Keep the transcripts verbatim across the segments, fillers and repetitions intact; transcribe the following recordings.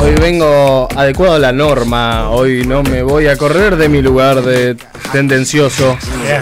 Hoy vengo adecuado a la norma. Hoy no me voy a correr de mi lugar de tendencioso.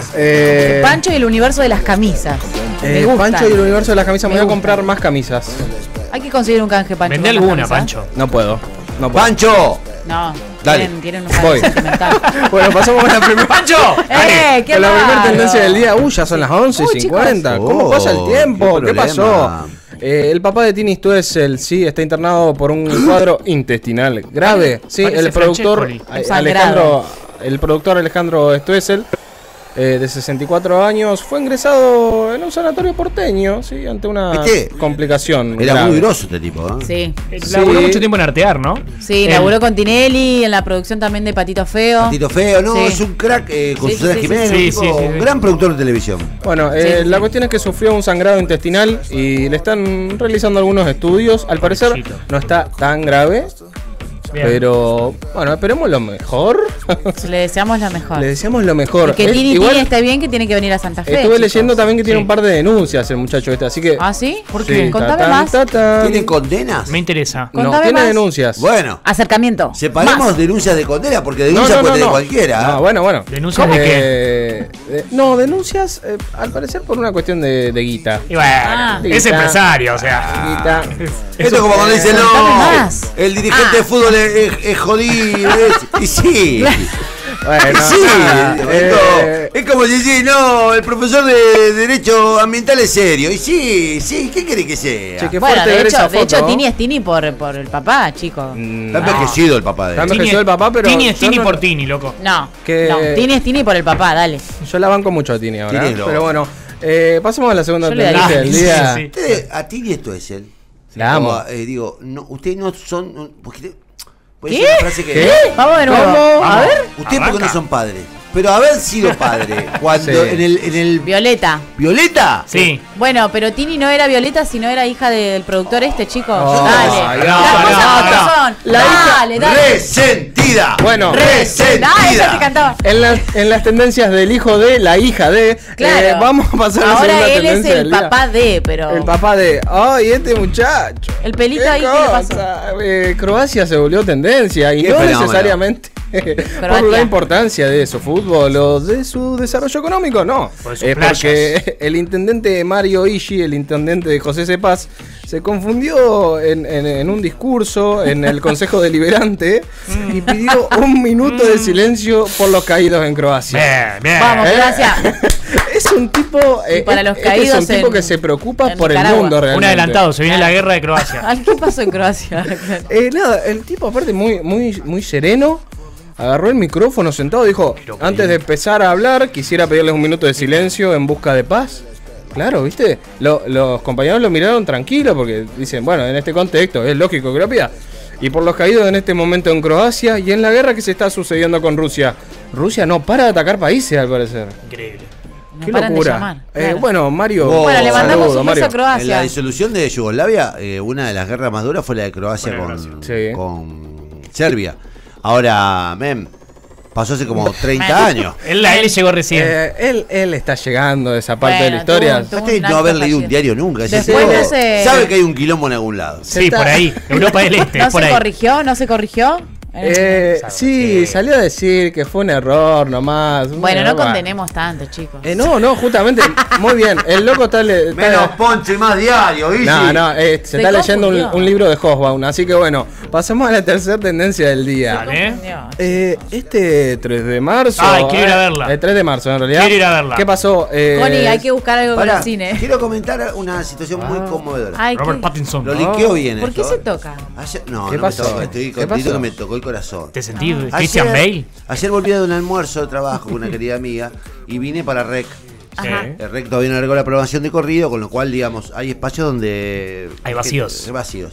Eh, Pancho y el universo de las camisas. Eh, Pancho y el universo de las camisas. Me, me voy a comprar más camisas. Hay que conseguir un canje, Pancho. Vende alguna, Pancho. No puedo. No puedo. ¡Pancho! No. Dale. Tienen, tienen un canje sentimental. Bueno, pasamos con la primera. ¡Pancho! ¡Eh! ¡Qué con la primera raro! tendencia del día. Uy, ya son las once y cincuenta. ¿Cómo Oh, pasa el tiempo? qué ¿Qué pasó? Eh, el papá de Tini Stoessel, sí, está internado por un cuadro intestinal grave. Sí, Parece el productor Francescoli. Alejandro, el productor Alejandro Stoessel, eh, de sesenta y cuatro años, fue ingresado en un sanatorio porteño, sí, ante una ¿Viste? complicación. Era grave. muy grosso este tipo, ¿eh? Sí. Sí. Laburó mucho tiempo en Artear, ¿no? Sí, Él. laburó con Tinelli, en la producción también de Patito Feo. Patito Feo, no, Sí. es un crack eh, con Sí, Susana sí, sí, Jiménez, sí, un sí, tipo- sí, sí, un sí. gran productor de televisión. Bueno, eh, Sí, la sí. cuestión es que sufrió un sangrado intestinal y le están realizando algunos estudios. Al parecer Pobrecito. no está tan grave, Bien. pero bueno, esperemos lo mejor. Le deseamos lo mejor. Le deseamos lo mejor. Y que Es- Tini igual Tini esté bien, que tiene que venir a Santa Fe. estuve chicos. leyendo también que tiene Sí. un par de denuncias el muchacho este, así que ¿Ah, sí? ¿Por sí, qué? Contame tatán, más. tatán. ¿Tienen condenas? Me interesa. No, Contame tiene más. denuncias. Bueno, Acercamiento. separemos Más. denuncias de condena, porque No, denuncias no, puede no, tener no. cualquiera. No, bueno, bueno. ¿Denuncias de qué? Eh, eh, no, denuncias, eh, al parecer por una cuestión de, de guita. Y bueno, Ah. es Guita. empresario, o sea. Guita. Esto es como cuando dicen, Contame no, más. el dirigente Ah. de fútbol es, es- es jodido. es- y sí. Bueno, sí, nada, eh, no, es como decir, no, el profesor de Derecho Ambiental es serio. Y sí, sí, ¿qué quiere que sea? che, qué Bueno, fuerte de ver hecho, esa de hecho foto. Tini es Tini por, por el papá, chicos. Mm, Está envejecido el papá de Está él. envejecido el papá, pero Tini es yo Tini no- por Tini, loco. No, Que- no, Tini es Tini por el papá, dale. Yo la banco mucho a Tini ahora. Tini ¿eh? es lo- Pero bueno, eh, pasemos a la segunda Yo le tendencia daría- del Sí, día. sí, sí. Ustedes, a ti y esto es él. La amo. Eh, digo, no, ustedes no son. Porque, puede ¿Qué? ser una frase que. ¿Qué? Vamos de nuevo. ¿Cómo? A ver. Ustedes porque Arranca. no son padres. Pero haber sido padre cuando Sí. en el en el Violeta. Violeta. Sí. Bueno, pero Tini no era Violeta, sino era hija del productor este, chicos. Oh, dale. no, Las no, cosas no, como no. son. La hija- Dale, dale. Resentida. Bueno, resentida. Ah, esa que cantaba. En las, en las tendencias del hijo de, la hija de, Claro. eh, vamos a pasar a la Ahora segunda él es tendencia el del día. papá de, pero. El papá de, ay, este muchacho. El pelito ¿Qué ahí, ¿qué le pasó? cosa? Eh, Croacia se volvió tendencia y Qué no fenómeno. necesariamente por Croacia. la importancia de su fútbol o de su desarrollo económico, no. Por sus Es playas. porque el intendente Mario Ishi, el intendente de José Cepaz, se confundió en, en- en un discurso en el Consejo Deliberante y pidió un minuto de silencio por los caídos en Croacia. Bien, bien. Vamos, ¿Eh? Croacia. Es un tipo, Y para los este caídos es un tipo en- que se preocupa en por el Nicaragua. mundo realmente. Un adelantado, se viene la guerra de Croacia. Ay, ¿qué pasó en Croacia? Eh, nada, el tipo aparte muy, muy, muy sereno, agarró el micrófono sentado, dijo, Pero qué antes de empezar a hablar, quisiera pedirles un minuto de silencio en busca de paz. Claro, ¿viste? Lo- los compañeros lo miraron tranquilo porque dicen, bueno, en este contexto es lógico que lo pida. Y por los caídos en este momento en Croacia y en la guerra que se está sucediendo con Rusia. Rusia no para de atacar países, al parecer. Increíble. No Qué paran de locura. llamar, Eh, claro. bueno, Mario. Oh, Bueno, le mandamos saludo, un beso Mario. a Croacia. En la disolución de Yugoslavia, eh, una de las guerras más duras fue la de Croacia Fue la de con, Croacia. Sí. con Serbia. Ahora, mem, pasó hace como treinta años. Él, a él le llegó recién. Eh, él, él está llegando a esa parte Bueno, de la historia. tuvo- tuvo- Este un no acto haber leído un fallido. diario nunca. ese Después tipo no se- sabe que hay un quilombo en algún lado. Sí, está- por ahí. Europa del Este, ¿No es por se ahí. corrigió? ¿No se corrigió? Eh, Sabe, sí, sí. salió a decir que fue un error nomás. Bueno, no Bueno, condenemos tanto, chicos. Eh, no, no, justamente, muy bien. El loco está. le- está- Menos poncho y más diario, ¿viste? no, no, eh, se, Se está leyendo un, confundió. un libro de Hobsbawm. Así que bueno, pasamos a la tercera tendencia del día. Dale. Confundió. Eh, este tres de marzo. Ay, quiero ir a eh, verla. El tres de marzo, en realidad. Quiero ir a verla. ¿Qué pasó? Eh, Connie, hay que buscar algo con Pará, el cine. quiero comentar una situación muy Ah. conmovedora. Ay, Robert ¿qué? Pattinson. Lo linkeo bien. ¿Por qué esto, se ¿eh? toca? Ayer, no, ¿Qué no pasó? me tocó, estoy ¿Qué contento pasó? que me tocó el corazón. ¿Te sentí Ayer- Christian Bale? Ayer volví de un almuerzo de trabajo con una querida amiga y vine para Rec. Ajá. Sí. El Rec todavía no largó la aprobación de corrido, con lo cual, digamos, hay espacios donde... Hay vacíos. que- vacíos.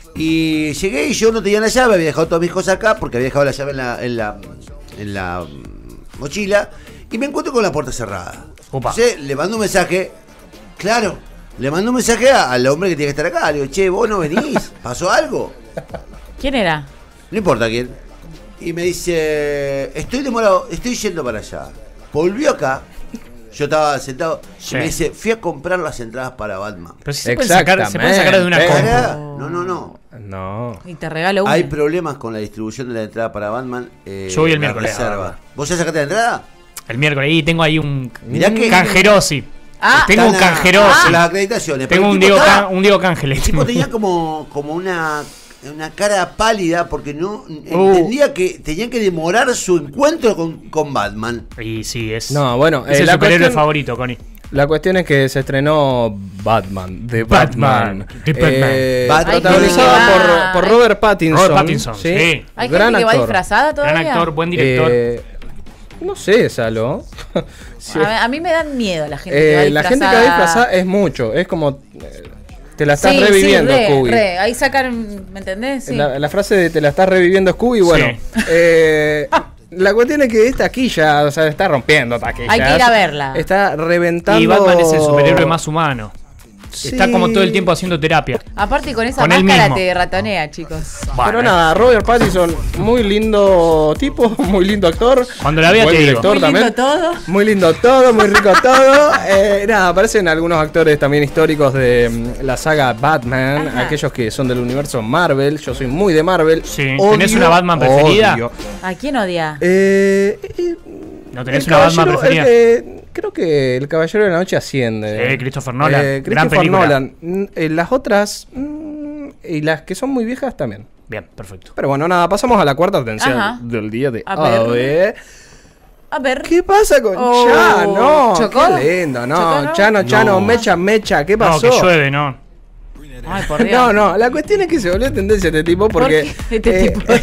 Y llegué y yo no tenía la llave, había dejado todas mis cosas acá, porque había dejado la llave en la, en la, en la mm, mochila, y me encuentro con la puerta cerrada. Opa. Entonces, le mando un mensaje, claro, le mando un mensaje a- al hombre que tiene que estar acá. Le digo, che, vos no venís, ¿pasó algo? ¿Quién era? No importa quién. Y me dice, estoy demorado, estoy yendo para allá. Volvió acá Yo estaba sentado Sí. y me dice, fui a comprar las entradas para Batman. Pero si se pueden sacar, se pueden sacar de una Exactamente. compu. No, no, no. No. Y te regalo una. Hay problemas con la distribución de la entrada para Batman. Eh, Yo voy el la miércoles, reserva. a ver. ¿Vos ya sacaste la entrada? El miércoles. Y tengo ahí un Mirá que- canjerosi. Ah. tengo un Están a- canjerosi. a las acreditaciones. Tengo pero el un tipo Diego, estaba- Can- un Diego Cángeles. El tipo tenía como, como una, una cara pálida porque no Uh. entendía que tenía que demorar su encuentro con, con Batman. Y sí, es, No, bueno, es eh, el la superhéroe cuestión- favorito, Connie. La cuestión es que se estrenó Batman, de Batman, Batman, The Batman. eh, Batman. protagonizada Hay gente que por, va- por Robert Pattinson. Robert Pattinson, sí. Hay gran gente que va actor. disfrazada todavía. Gran actor, buen director. Eh, no sé, Salo. Sí. A, a mí me dan miedo la gente que va Eh, la disfrazada. gente que va disfrazada es mucho, es como eh, te la estás Sí, reviviendo, sí, re, Scooby. re. Ahí sacan, ¿me entendés? Sí. La, la frase de te la estás reviviendo Scooby, bueno. Sí. eh, la cuestión es que esta taquilla, o sea, está rompiendo taquilla. Hay que ir a verla. Está reventando. Y Batman es el superhéroe más humano. Sí. Está como todo el tiempo haciendo terapia. Aparte con esa Con él máscara mismo. te ratonea, chicos. Pero Bueno, nada, Robert Pattinson, muy lindo tipo, muy lindo actor. Cuando la vea buen te digo. director Muy también. lindo todo. Muy lindo todo, muy rico todo. Eh, nada, aparecen algunos actores también históricos de mm, la saga Batman, Ajá. aquellos que son del universo Marvel. Yo soy muy de Marvel. Sí. ¿Tenés una Batman preferida? odio. ¿A quién odia? Eh, eh, ¿No tenés el una Batman caballero- preferida? el que- creo que el Caballero de la Noche asciende. Sí, Christopher Nolan. Eh, Gran Christopher película. Nolan. Mm, eh, las otras mm, y las que son muy viejas también. Bien, perfecto. Pero bueno, nada, pasamos a la cuarta tendencia Ajá. del día de A ver. hoy. A ver. ¿Qué pasa con Oh, Chano? ¿chocó? Qué lindo, no. ¿Chocó, no? Chano, Chano, No. mecha, mecha, ¿qué No, pasó? que llueve, no. Ay, por Dios. No, no, la cuestión es que se volvió tendencia este tipo porque. ¿Por qué este eh, tipo?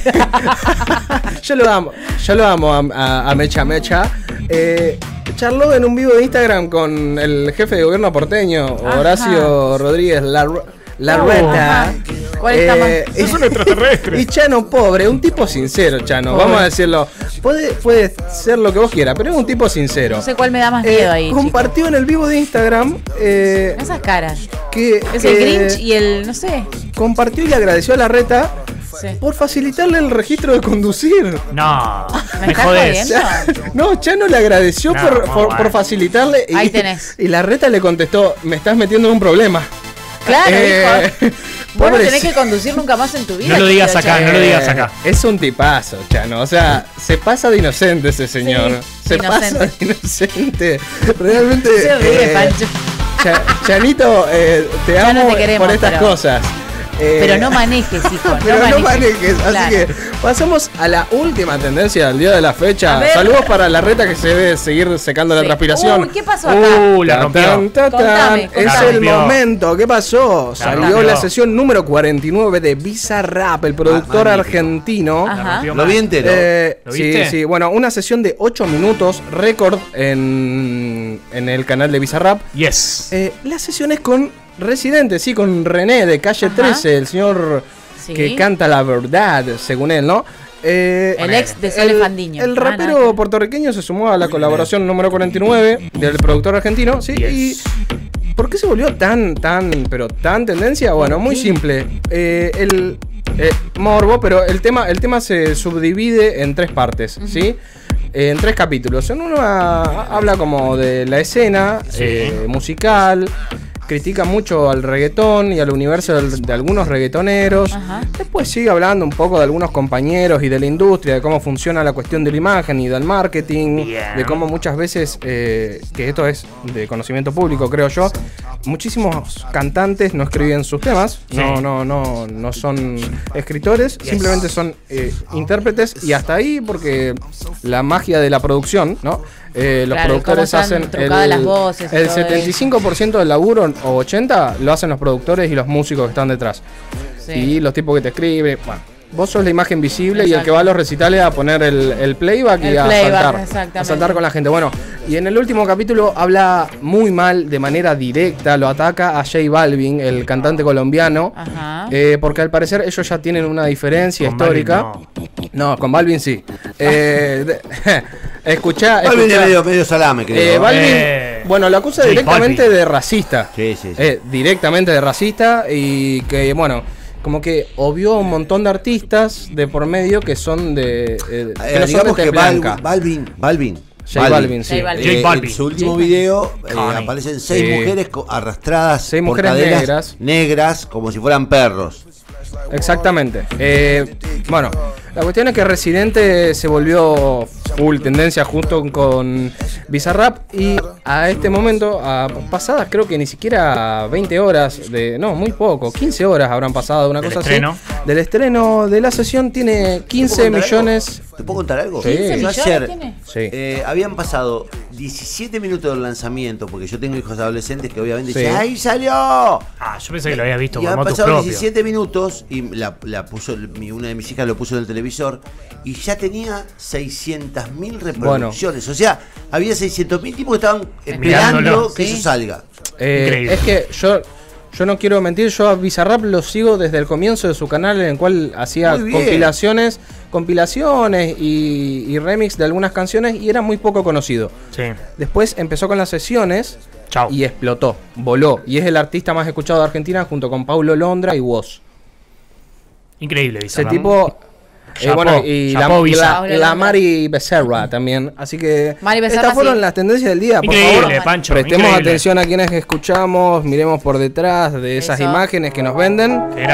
yo lo amo, yo lo amo a, a- a Mecha Mecha. Eh, charló en un vivo de Instagram con el jefe de gobierno porteño, Ajá. Horacio Rodríguez Lar- Larreta. Ajá. ¿Cuál está más? Eh, Es un extraterrestre. Y Chano, pobre, un tipo sincero, Chano. Pobre. Vamos a decirlo. Puede, puede ser lo que vos quieras, pero es un tipo sincero. No sé cuál me da más Eh, miedo ahí. compartió en el vivo de Instagram eh, chicos. Esas caras. que Es el eh, Grinch y el, no sé. compartió y le agradeció a la reta Sí. por facilitarle el registro de conducir. No, ¿Me me estás jodés. jodiendo? No, Chano le agradeció No, por, no, por- bueno. por facilitarle y, Ahí tenés. y la reta le contestó, me estás metiendo en un problema. Claro, Eh, hijo. Vos no pobrecito. tenés que conducir nunca más en tu vida. No lo digas querido acá, Chano. no lo digas acá. Es un tipazo, Chano. O sea, se pasa de inocente ese señor. Sí, se inocente. pasa de inocente. Realmente. Se ríe, eh, Pancho. Cha- Chanito, eh, te Chano, amo te queremos, por estas pero- cosas. Eh, Pero no manejes, hijo. pero no no manejes. manejes. Así Claro. que pasamos a la última tendencia del día de la fecha. A ver. Saludos para la reta que se debe seguir secando la Sí. transpiración. Uy, ¿qué pasó acá? Uh, la Tan, rompió. tan, tan, Contame, Es contame. el momento. ¿Qué pasó? Salió rompió. la sesión número cuarenta y nueve de Bizarrap, el productor Ah, magnífico. argentino. Ajá. La rompió Lo mal. vi entero. Eh, ¿Lo sí, viste? sí, bueno, una sesión de ocho minutos, récord en, en el canal de Bizarrap. Yes. Eh, la sesión es con Residente, sí, con René de Calle Ajá. trece, el señor Sí. que canta la verdad, según él, ¿no? Eh, El ex de Sole el, Fandiño. el Ah, rapero no, es que- puertorriqueño se sumó a la colaboración número cuarenta y nueve del productor argentino, ¿sí? Yes. Y ¿por qué se volvió tan, tan, pero tan tendencia? Bueno, muy simple. Eh, el eh, morbo, pero el tema, el tema se subdivide en tres partes, ¿sí? Eh, en tres capítulos. En uno ah, habla como de la escena Sí. eh, musical, critica mucho al reggaetón y al universo del- de algunos reggaetoneros. Ajá. Después sigue hablando un poco de algunos compañeros y de la industria, de cómo funciona la cuestión de la imagen y del marketing, Bien. de cómo muchas veces, eh, que esto es de conocimiento público, creo yo, muchísimos cantantes no escriben sus temas, Sí. no, no, no, no son escritores, Yes. simplemente son eh, intérpretes y hasta ahí porque la magia de la producción, ¿no? Eh, los Claro, productores cómo están hacen trucadas las voces y el todo setenta y cinco por ciento del laburo o ochenta por ciento lo hacen los productores y los músicos que están detrás. Sí. Y los tipos que te escriben. Bueno, vos sos la imagen visible y el Exacto. que va a los recitales a poner el, el playback y El a playback, saltar. exactamente. A saltar con la gente. Bueno, y en el último capítulo habla muy mal, de manera directa, lo ataca a J Balvin, el cantante colombiano. Ajá. eh, porque al parecer ellos ya tienen una diferencia Con histórica. Balvin, no. con Balvin sí. Eh, de- escuchá, Balvin es escuchá. medio, medio salame, creo. Eh, ¿no? Balvin, Eh, bueno, lo acusa J directamente Balvin. de racista. Sí, sí, sí. Eh, directamente de racista y que, bueno, como que obvió un montón de artistas de por medio que son de. eh, que Eh, no son de digamos tez que Bal- blanca. Balvin, Balvin J Balvin, sí. J Balvin. Eh, J Balvin. En su último J Balvin. video eh, Connie. aparecen seis Sí. mujeres co- arrastradas Seis por mujeres cadenas negras. negras como si fueran perros. Exactamente. Eh, bueno, la cuestión es que Residente se volvió full tendencia junto con Bizarrap y a este momento, a pasadas creo que ni siquiera veinte horas de, no, muy poco, quince horas habrán pasado, una Del cosa estreno. así. Del estreno de la sesión tiene quince ¿Te puedo contar millones. algo? ¿Te puedo contar algo? Sí. ¿quince Yo millones ayer tiene? Sí. eh, habían pasado diecisiete minutos del lanzamiento, porque yo tengo hijos adolescentes que obviamente Sí. dicen, ¡ahí salió! Ah, yo pensé que lo había visto Y por han motus pasado propio. diecisiete minutos y la, la puso, mi- una de mis hijas lo puso en el televisor y ya tenía seiscientas mil reproducciones. O sea, había seiscientos mil tipos que estaban esperando Mirándolo. que Sí. eso salga. Eh, Increíble. es que yo, yo no quiero mentir, yo a Bizarrap lo sigo desde el comienzo de su canal en el cual hacía Muy bien. compilaciones, compilaciones y, y remix de algunas canciones y era muy poco conocido. Sí. Después empezó con las sesiones Chao. y explotó, voló. Y es el artista más escuchado de Argentina junto con Paulo Londra y Woz. Increíble, Ese Bizarrap. tipo... eh, Chapó, bueno, y la, chapó, y Bizarrap. la, Paulo la Londra. Mari Becerra también. Así que Mari Becerra, estas fueron sí. las tendencias del día. Por Increíble, favor, Pancho. prestemos increíble. atención a quienes escuchamos, miremos por detrás de esas Eso. imágenes que nos venden. Era